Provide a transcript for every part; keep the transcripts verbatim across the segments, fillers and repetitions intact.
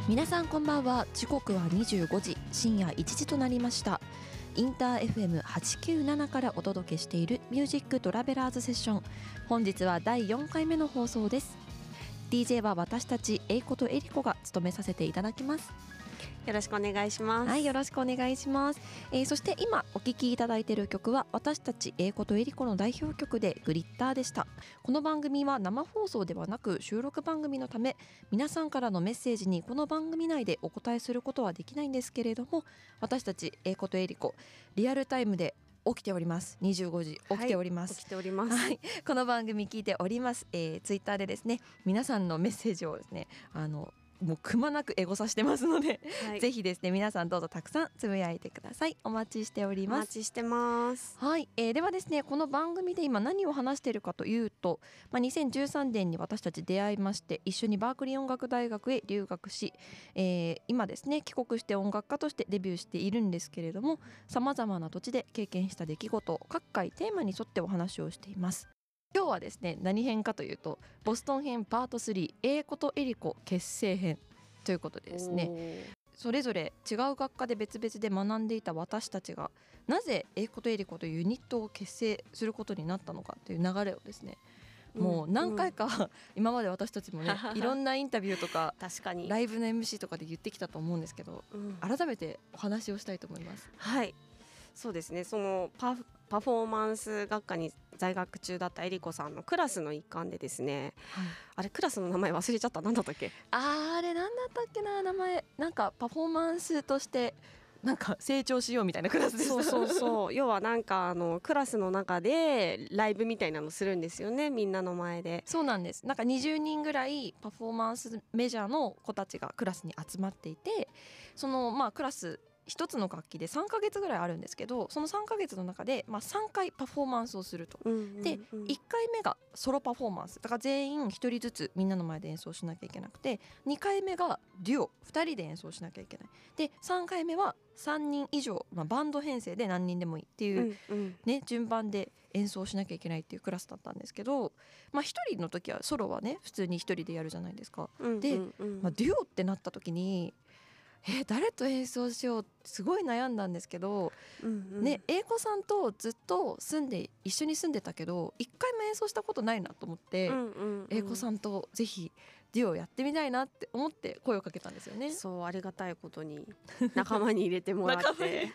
皆さんこんばんは。時刻はにじゅうごじ、深夜いちじとなりました。インター エフエムはちきゅうなな からお届けしているミュージックトラベラーズセッション、本日はだいよんかいめの放送です。 ディージェー は私たちエイコとエリコが務めさせていただきます。 よろしくお願いします。 はい、よろしくお願いします。えー、そして今お聴きいただいている曲は私たちエイコとエリコの代表曲でグリッターでした。この番組は生放送ではなく収録番組のため、皆さんからのメッセージにこの番組内でお答えすることはできないんですけれども、私たちエイコとエリコリアルタイムで起きております。にじゅうごじ起きております、 はい、起きております、 はい、この番組聞いております。えー、ツイッターでですね、皆さんのメッセージをですね、あのもうくまなくエゴサしてますので、はい、ぜひですね皆さんどうぞたくさんつぶやいてください。お待ちしております。 お待ちしてます。 はい、えー、ではですね、この番組で今何を話しているかというと、まあ、にせんじゅうさんねんに私たち出会いまして、一緒にバークリー音楽大学へ留学し、えー、今ですね帰国して音楽家としてデビューしているんですけれども、さまざまな土地で経験した出来事を各回テーマに沿ってお話をしています。今日はですね何編かというと、ボストン編パートスリー、エイコとエリコ結成編ということでですね、それぞれ違う学科で別々で学んでいた私たちがなぜエイコとエリコというユニットを結成することになったのかという流れをですね、もう何回か、うん、今まで私たちもねいろんなインタビューとか確かにライブの エムシー とかで言ってきたと思うんですけど、うん、改めてお話をしたいと思います。 はい、そうですね、その パ, パフォーマンス学科に在学中だったエリコさんのクラスの一環でですね、はい、あれクラスの名前忘れちゃった。何だったっけ。 あ, あれ何だったっけな、名前なんかパフォーマンスとしてなんか成長しようみたいなクラスでした。 そうそうそう要はなんかあのクラスの中でライブみたいなのするんですよね、みんなの前で。 そうなんです。なんかにじゅうにんぐらいパフォーマンスメジャーの子たちがクラスに集まっていて、そのまあクラス一つの楽器でさんかげつぐらいあるんですけど、そのさんかげつの中でまあさんかいパフォーマンスをすると、うんうんうん、でいっかいめがソロパフォーマンスだから全員ひとりずつみんなの前で演奏しなきゃいけなくて、にかいめがデュオふたりで演奏しなきゃいけない。でさんかいめはさんにん以上、まあ、バンド編成で何人でもいいっていう、うんうんね、順番で演奏しなきゃいけないっていうクラスだったんですけど、まあ、ひとりの時はソロはね普通にひとりでやるじゃないですか、うんうんうん、で、まあ、デュオってなった時にえー、誰と演奏しようってすごい悩んだんですけど、うんうんね、エイコさんとずっと住んで一緒に住んでたけど一回も演奏したことないなと思って、うんうんうん、エイコさんとぜひデュオやってみたいなって思って声をかけたんですよね。 そう、ありがたいことに仲間に入れてもらって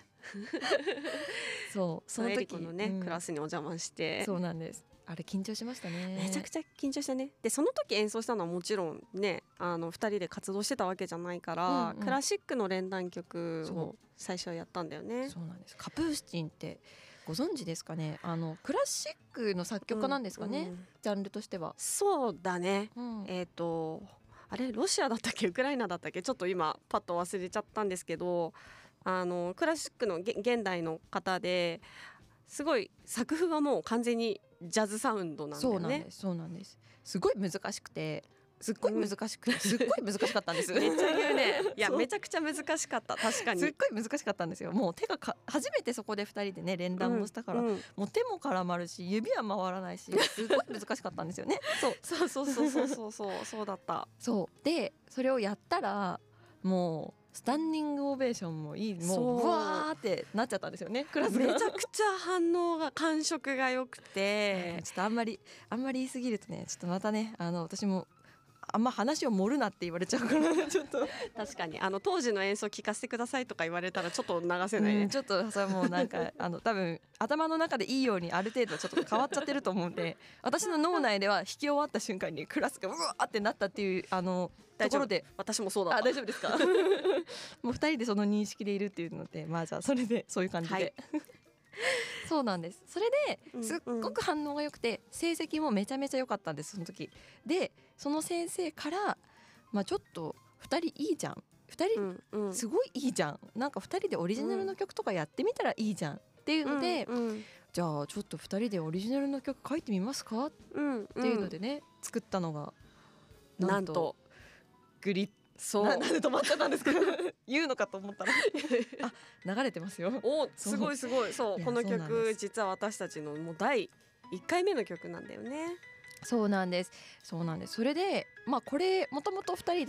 そう、その時エリコのね、うん、クラスにお邪魔して。 そうなんです。あれ緊張しましたね。 めちゃくちゃ緊張したね。でその時演奏したのはもちろんね、あのふたりで活動してたわけじゃないから、うんうん、クラシックの連弾曲を最初はやったんだよね。 そうなんです。カプースチンってご存知ですかね。あのクラシックの作曲家なんですかね、うんうん、ジャンルとしては。 そうだね、うん、えっとあれロシアだったっけウクライナだったっけ、ちょっと今パッと忘れちゃったんですけど、あのクラシックの現代の方ですごい作風はもう完全にジャズサウンドなんだよね。 そうなんです、そうなんです。すごい難しくてすっごい難しくて、うん、すっごい難しかったんですめっちゃ言うね。いやめちゃくちゃ難しかった。確かにすっごい難しかったんですよ。もう手がか初めてそこでふたりでね連弾もしたから、うんうん、もう手も絡まるし指は回らないしすごい難しかったんですよねそうそうそうそうそうそうそうだったそうでそれをやったらもうスタンディングオベーションもいい、もうブワーってなっちゃったんですよね、クラスが。 めちゃくちゃ反応が感触が良くてちょっとあんまりあんまり言い過ぎるとね、ちょっとまたねあの私もあんま話を盛るなって言われちゃうからちょっと確かにあの当時の演奏聞かせてくださいとか言われたらちょっと流せないね、 うん、ちょっとそれもうなんかあの多分頭の中でいいようにある程度ちょっと変わっちゃってると思うんで私の脳内では弾き終わった瞬間にクラスがうわーってなったっていうあのところで、 私もそうだった。 あ、大丈夫ですかもうふたりでその認識でいるっていうので、まあじゃあそれでそういう感じで、はいそうなんです。それですっごく反応が良くて成績もめちゃめちゃ良かったんですその時で。その先生から、まあ、ちょっとふたりいいじゃん、ふたりすごいいいじゃん、なんかふたりでオリジナルの曲とかやってみたらいいじゃんっていうので、うんうん、じゃあちょっとふたりでオリジナルの曲書いてみますか、うんうん、っていうのでね作ったのがなんと、なんとグリッそうな, なんで止まっちゃったんですか言うのかと思ったらあ流れてますよ。 おすごいすごい。そうこの曲実は私たちのもうだいいっかいめの曲なんだよね。 そうなんですそうなんです。それでまあこれもともとふたりで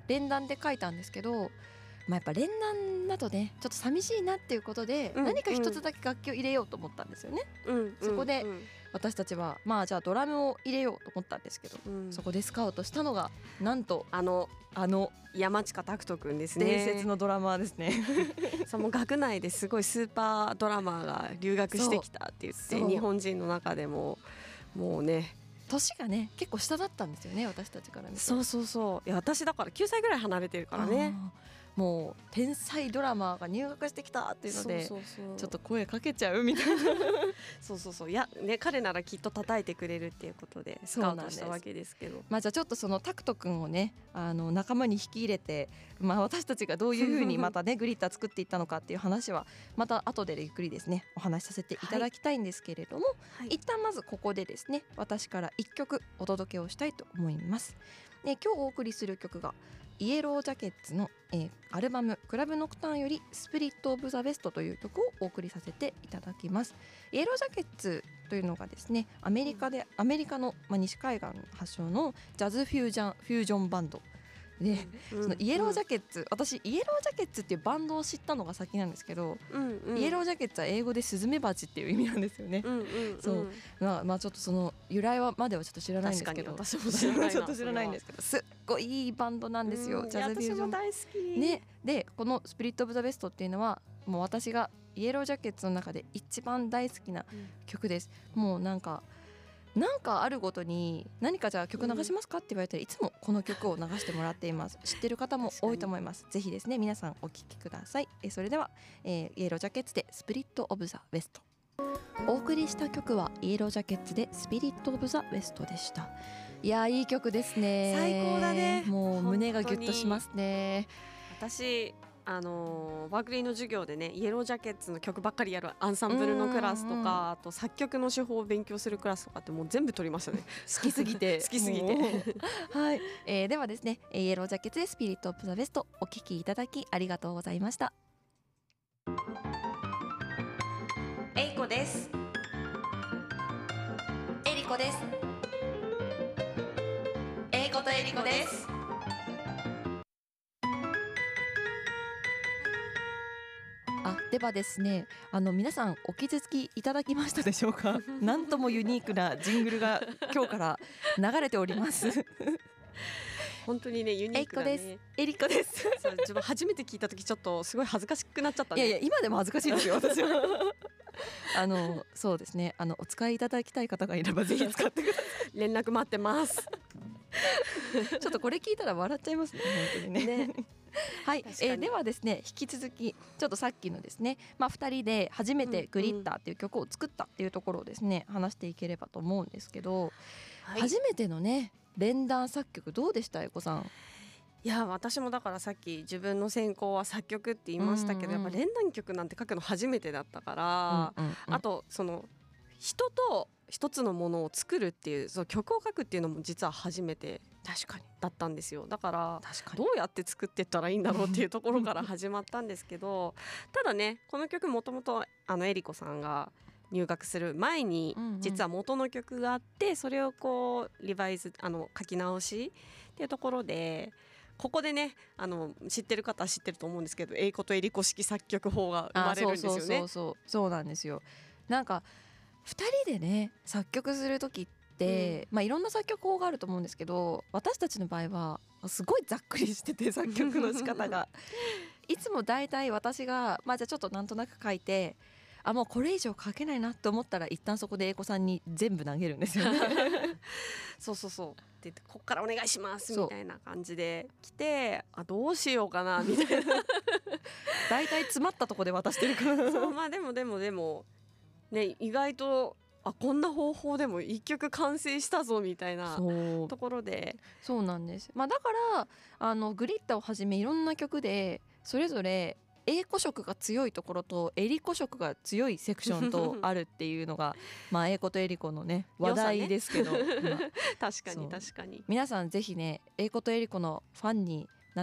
連弾で書いたんですけど、まあ、やっぱ連弾だとねちょっと寂しいなっていうことで、 うん何か一つだけ楽器を入れようと思ったんですよね、 うん、 そこでうん私たちはまあじゃあドラムを入れようと思ったんですけど、 うんそこでスカウトしたのがなんとあのあの山近拓人くんですね。 伝説のドラマーですねその学内ですごいスーパードラマーが留学してきたって言ってそう日本人の中でももうね、 年がね結構下だったんですよね、私たちから見て。 そうそうそう、いや私だからきゅうさいぐらい離れてるからね。 あーもう天才ドラマーが入学してきたっていうのでそうそうそうちょっと声かけちゃうみたいなそうそうそう、いやね、彼ならきっと叩いてくれるっていうことでスカウトしたわけですけど、 まあじゃあちょっとそのタクト君をねあの仲間に引き入れて、まあ、私たちがどういうふうにまたねグリッター作っていったのかっていう話はまた後でゆっくりですねお話しさせていただきたいんですけれども、 はい一旦まずここでですね私からいっきょくお届けをしたいと思います。で今日お送りする曲がイエロージャケッツの、えーアルバムクラブノクターンよりスピリットオブザベストという曲をお送りさせていただきます。イエロージャケッツというのがですねアメリカでアメリカの、まあ、西海岸発祥のジャズフュージョンフュージョンバンドで、そのイエロージャケッツ、私イエロージャケッツっていうバンドを知ったのが先なんですけど、 うんうん、 イエロージャケッツは英語でスズメバチっていう意味なんですよね、 うんうんうん、 そうまあ、まあちょっとその由来はまではちょっと知らないんですけど、 確かに私も知らないなちょっと知らないんですけどすっごいいいバンドなんですよ、 うん、 ジャズフュージョン私も大好き、 ね、でこのスピリットオブザベストっていうのはもう私がイエロージャケッツの中で一番大好きな曲です。もうなんかなんかあるごとに何かじゃあ曲流しますかって言われたらいつもこの曲を流してもらっています。知ってる方も多いと思います。ぜひですね皆さんお聴きください。えそれでは、えー、イエロージャケッツでスピリットオブザベスト。お送りした曲はイエロージャケッツでスピリットオブザベストでした。いやいい曲ですね。 最高だね。 もう胸がギュッとしますね。 私あのー、バークリーの授業でねイエロージャケッツの曲ばっかりやるアンサンブルのクラスとか、あと作曲の手法を勉強するクラスとかってもう全部取りましたね。 好きすぎて好きすぎてはい、えー、ではですねイエロージャケッツでスピリットオブザベストお聴きいただきありがとうございました。 えいこです。 えりこです。えいことえりこです。あではですねあの皆さんお気づきいただきましたでしょうかなんともユニークなジングルが今日から流れております本当にねユニークだね。 えいこです。えりこです。 そう自分初めて聞いた時ちょっとすごい恥ずかしくなっちゃったね。 いやいや今でも恥ずかしいですよ私はあのそうですねあのお使いいただきたい方がいればぜひ使ってください連絡待ってますちょっとこれ聞いたら笑っちゃいますね本当にねねはい、えー、ではですね引き続きちょっとさっきのですね、まあ、ふたりで初めてグリッターっていう曲を作ったっていうところをですね話していければと思うんですけど、はい、初めてのね連弾作曲どうでしたえこさん。 いや私もだからさっき自分の専攻は作曲って言いましたけど、うんうん、やっぱ連弾曲なんて書くの初めてだったから、うんうんうん、あとその人と一つのものを作るっていうその曲を書くっていうのも実は初めて確かにだったんですよ。だからどうやって作っていったらいいんだろうっていうところから始まったんですけどただねこの曲もともとあのえりこさんが入学する前に実は元の曲があってそれをこうリバイズあの書き直しっていうところでここでねあの知ってる方は知ってると思うんですけどえいことえりこ式作曲法が生まれるんですよね。 そうそうそうそうそうなんですよ。なんかふたりでね作曲する時って、うんまあ、いろんな作曲法があると思うんですけど私たちの場合はすごいざっくりしてて作曲の仕方がいつもだいたい私が、まあ、じゃあちょっとなんとなく書いてあもうこれ以上書けないなと思ったら一旦そこで英子さんに全部投げるんですよねそうそうそうでこっからお願いしますみたいな感じで来てあどうしようかなみたいなだいたい詰まったとこで渡してるからそうまあでもでもでもね意外とあこんな方法でも一曲完成したぞみたいなところでそうなんです、まあ、だからあのグリッターをはじめいろんな曲でそれぞれ英子色が強いところとエリコ色が強いセクションとあるっていうのがまあ英子とエリコのね話題ですけど、ね、 確かに確かに皆さんぜひね英子とエリコのファンになって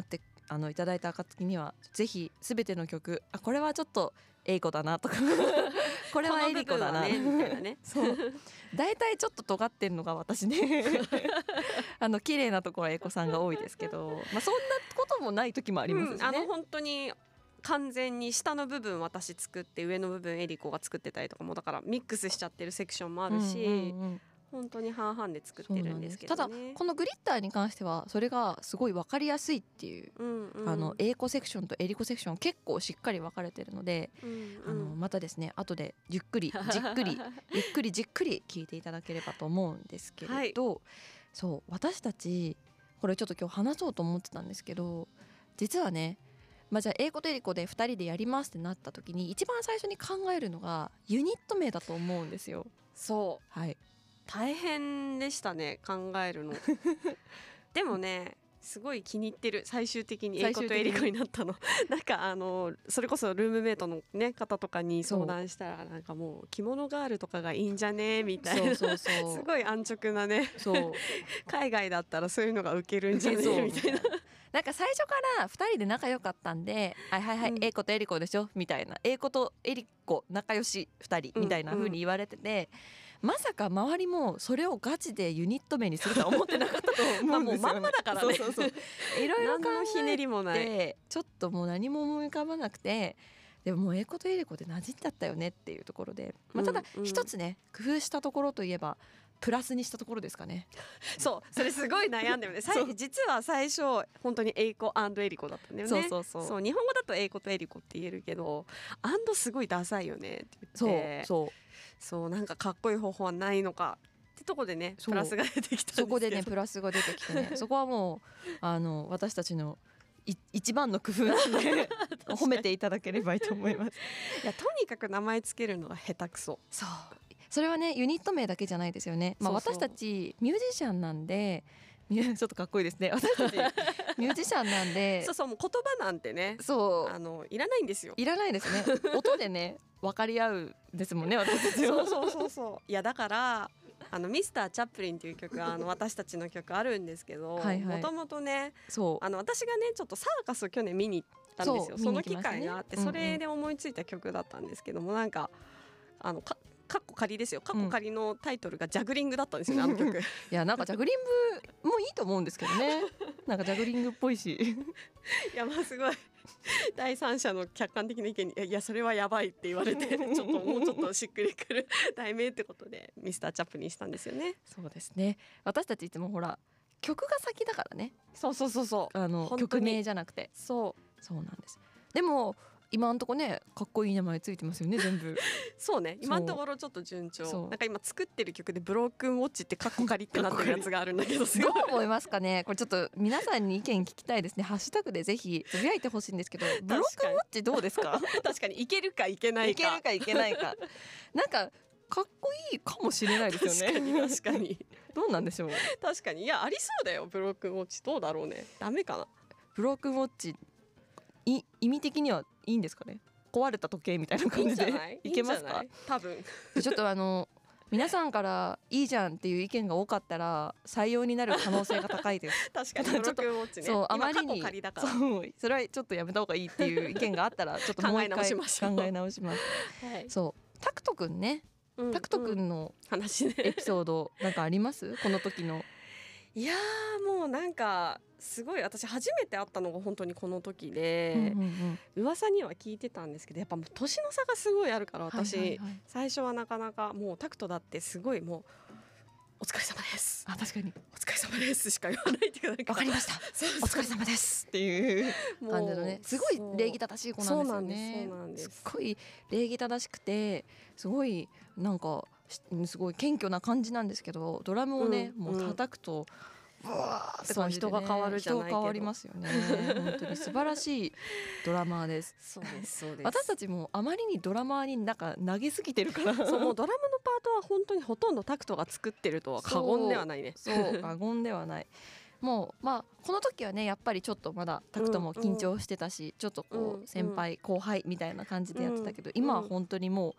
あのいただいた暁にはぜひすべての曲、あこれはちょっとエイコだなとかこれはエリコだな、 ね、みたいなねそうだいたいちょっと尖ってんのが私ねあの綺麗なところはエイコさんが多いですけど、まあ、そんなこともない時もありますしね、 うん、あの本当に完全に下の部分私作って上の部分エリコが作ってたりとかも、だからミックスしちゃってるセクションもあるし、うんうんうん、本当に半々で作ってるんですけどね。 ただこのグリッターに関してはそれがすごい分かりやすいっていう、うんうん、あのエイコセクションとエリコセクション結構しっかり分かれてるので、うんうん、あのまたですね後でゆっくりじっくりゆっくりじっくり聞いていただければと思うんですけれど、はい、そう私たちこれちょっと今日話そうと思ってたんですけど、実はね、まあ、じゃあエイコとエリコでふたりでやりますってなった時に一番最初に考えるのがユニット名だと思うんですよ。 そう、 はい、 大変でしたね考えるのでもねすごい気に入ってる、最終的にエイコとエリコになったのなんかあのそれこそルームメイトの、ね、方とかに相談したらなんかもう着物ガールとかがいいんじゃねみたいな、そうそうそうすごい安直なね、そう海外だったらそういうのがウケるんじゃねみたいななんか最初からふたりで仲良かったんで、はいはいはい、うん、エイコとエリコでしょみたいな、エイコとエリコ仲良しふたりみたいな風に言われてて、うんうん、まさか周りもそれをガチでユニット名にするとは思ってなかったと思うんですよね。まあもうまんまだからね。そうそうそういろいろ考えてちょっともう何も思い浮かばなくて、でももうエイコとエリコで馴染んじゃったよねっていうところで、まあ、ただ一つね、うんうん、工夫したところといえばプラスにしたところですかね。 そうそれすごい悩んでるね実は最初本当にエイコ&エリコだったんだよね。そうそうそうそう、日本語だとエイコとエリコって言えるけどアンドすごいダサいよねって言って、そうそうそうなんかかっこいい方法はないのかってとこでねプラスが出てきたんですけど、 そこでねプラスが出てきてねそこはもうあの私たちの一番の工夫なんで褒めていただければいいと思います。 いやとにかく名前つけるのが下手くそ。 そうそれはねユニット名だけじゃないですよね、まあ、私たちミュージシャンなんでちょっとかっこいいですね私たちミュージシャンなんでそうそうもう言葉なんてねそうあのいらないんですよ。 いらないですね音でね分かり合うですもんね私たちは。 そうそうそうそういやだからあのミスターチャップリンっていう曲があの私たちの曲あるんですけどもともとねそうあの私がねちょっとサーカスを去年見に行ったんですよ。 そ, その機会があって、うんうん、それで思いついた曲だったんですけども、なんかあのかカッコ仮ですよ。カッコ仮のタイトルがジャグリングだったんですよね、うん、あの曲いやなんかジャグリングもいいと思うんですけどねなんかジャグリングっぽいしいやまあすごい第三者の客観的な意見にいやそれはやばいって言われてちょっともうちょっとしっくりくる題名ってことでミスターチャップにしたんですよね。 そうですね、私たちいつもほら曲が先だからね。 そうそうそうそうあの曲名じゃなくてそうそうなんです。でも今んとこねかっこいい名前ついてますよね全部そうね今のところちょっと順調。なんか今作ってる曲でブロークンウォッチってカッコ仮ってなってるやつがあるんだけどすごいどう思いますかねこれちょっと皆さんに意見聞きたいですね。ハッシュタグでぜひつぶやいてほしいんですけどブロークンウォッチどうですか確かにいけるかいけないかいけるかいけないかなんかかっこいいかもしれないですよね。 確かに確かにどうなんでしょう。 確かにいやありそうだよブロークンウォッチ。どうだろうね。ダメかな。 ブロークンウォッチい意味的にはいいんですかね。壊れた時計みたいな感じでいけますか。 多分ちょっとあの皆さんからいいじゃんっていう意見が多かったら採用になる可能性が高いです。 確かにブロークンウォッチね。 そうあまりにそうそれはちょっとやめた方がいいっていう意見があったらちょっともう一回考え直します。はい、そうタクトくんね、うんうん、タクトくんの話ねエピソードなんかありますこの時の。 いやもうなんかすごい私初めて会ったのが本当にこの時で、うんうんうん、噂には聞いてたんですけどやっぱもう年の差がすごいあるから私、はいはいはい、最初はなかなかもうタクトだってすごいもうお疲れ様です。 あ確かにお疲れ様ですしか言わないっていうかわかりましたお疲れ様ですっていう感じのねすごい礼儀正しい子なんですよね。 そうなんです。 すっごい礼儀正しくてすごいなんかすごい謙虚な感じなんですけどドラムをね、うん、もう叩くと、 うん、わーって感じで、ね、人が変わるじゃないけど人変わりますよね本当に素晴らしいドラマーです。 そうですそうです。 私たちもあまりにドラマーになんか投げすぎてるからそうもうドラムのパートは本当にほとんどタクトが作ってるとは過言ではないね。 そう過言ではないもうまあこの時はねやっぱりちょっとまだタクトも緊張してたし、うんうん、ちょっとこう先輩、うん、後輩みたいな感じでやってたけど、うん、今は本当にもう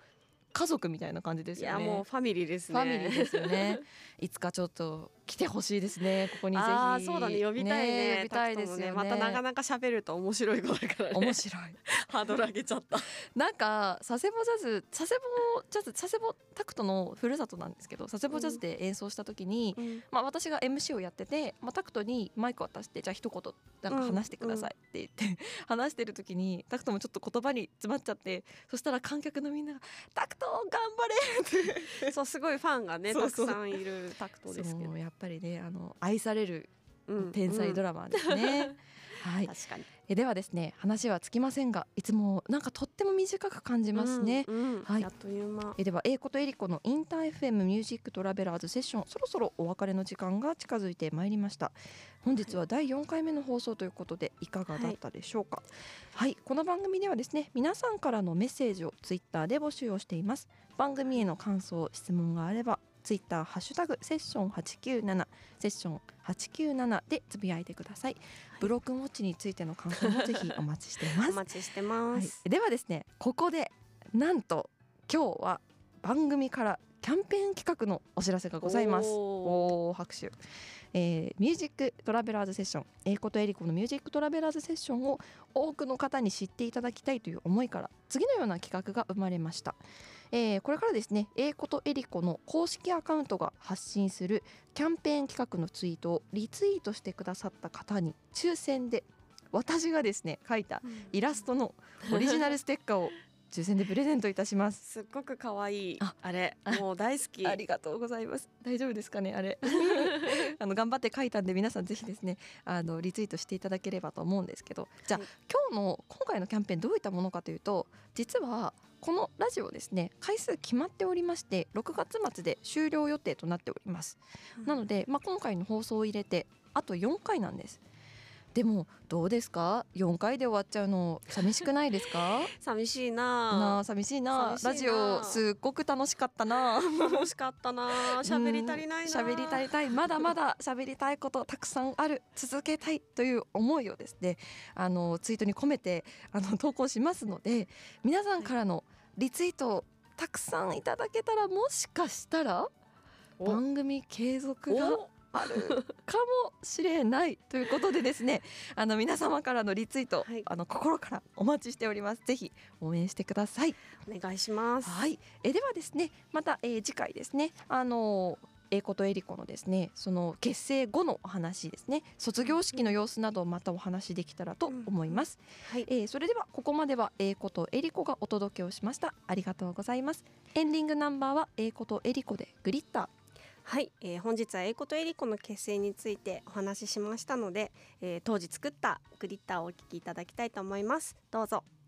家族みたいな感じですよね。 いやもうファミリーですね。 ファミリーですよね。いつかちょっと来てほしいですね、ここにぜひ。 あーそうだね、呼びたいね。 呼びたいですよね。 タクトもね、またなかなか喋ると面白い子だからね。 面白い。 ハードル上げちゃった。 なんか佐世保ジャズ佐世保ジャズ佐世保タクトのふるさとなんですけど、佐世保ジャズで演奏した時に、うん、まあ、私が エムシー をやってて、まあ、タクトにマイク渡して、じゃあ一言なんか話してくださいって言って、うんうん、話してる時にタクトもちょっと言葉に詰まっちゃって、そしたら観客のみんながタクト頑張れってそうすごいファンがねたくさんいるタクトですけど、 やっぱりね、あの愛される天才ドラマーですね、うんうんはい、確かに。えではですね、話はつきませんが、いつもなんかとっても短く感じますね、うんうん、はい、 あっという間。 えでは A ことエリコのインター エフエム ミュージックトラベラーズセッション、そろそろお別れの時間が近づいてまいりました。本日はだいよんかいめの放送ということでいかがだったでしょうか。はい、はい、この番組ではですね、皆さんからのメッセージをツイッターで募集をしています。番組への感想質問があればツイッターハッシュタグセッションはちきゅうななセッションはちきゅうななでつぶやいてください、はい、ブロークンウォッチについての感想もぜひお待ちしていますお待ちしてます、 はい、ではですね、ここでなんと今日は番組からキャンペーン企画のお知らせがございます。おー拍手。えー、ミュージックトラベラーズセッション、英子とエリコのミュージックトラベラーズセッションを多くの方に知っていただきたいという思いから次のような企画が生まれました。えー、これからですね、英子とエリコの公式アカウントが発信するキャンペーン企画のツイートをリツイートしてくださった方に抽選で私がですね描いたイラストのオリジナルステッカーを抽選でプレゼントいたします。 すっごく可愛い。あ、あれもう大好き。 ありがとうございます。大丈夫ですかね、あれあの頑張って書いたんで、皆さんぜひですね、あのリツイートしていただければと思うんですけど、じゃあ、はい、今日の今回のキャンペーンどういったものかというと、実はこのラジオですね、回数決まっておりまして、ろくがつ末で終了予定となっております、うん、なので、まあ、今回の放送を入れてあとよんかいなんです。でもどうですか、よんかいで終わっちゃうの寂しくないですか寂しいななあ、寂しいな。ラジオすっごく楽しかったな楽しかったな。喋り足りないな。 喋り足りたい、まだまだ喋りたいことたくさんある、続けたいという思いをですね、あのツイートに込めてあの投稿しますので、皆さんからのリツイートをたくさんいただけたら、もしかしたら番組継続があるかもしれないということでですね、あの皆様からのリツイート、はい、あの心からお待ちしております。ぜひ応援してください。 お願いします。 はい、えではですね、また、えー、次回ですね、あの英子とエリコのですね、その結成後のお話ですね、卒業式の様子などをまたお話できたらと思います、うん、はい、えー、それではここまでは英子とエリコがお届けをしました。ありがとうございます。エンディングナンバーは英子とエリコでグリッター。 はい、えー、本日は英子とエリコの結成についてお話ししましたので、えー、当時作ったグリッターをお聴きいただきたいと思います。どうぞ。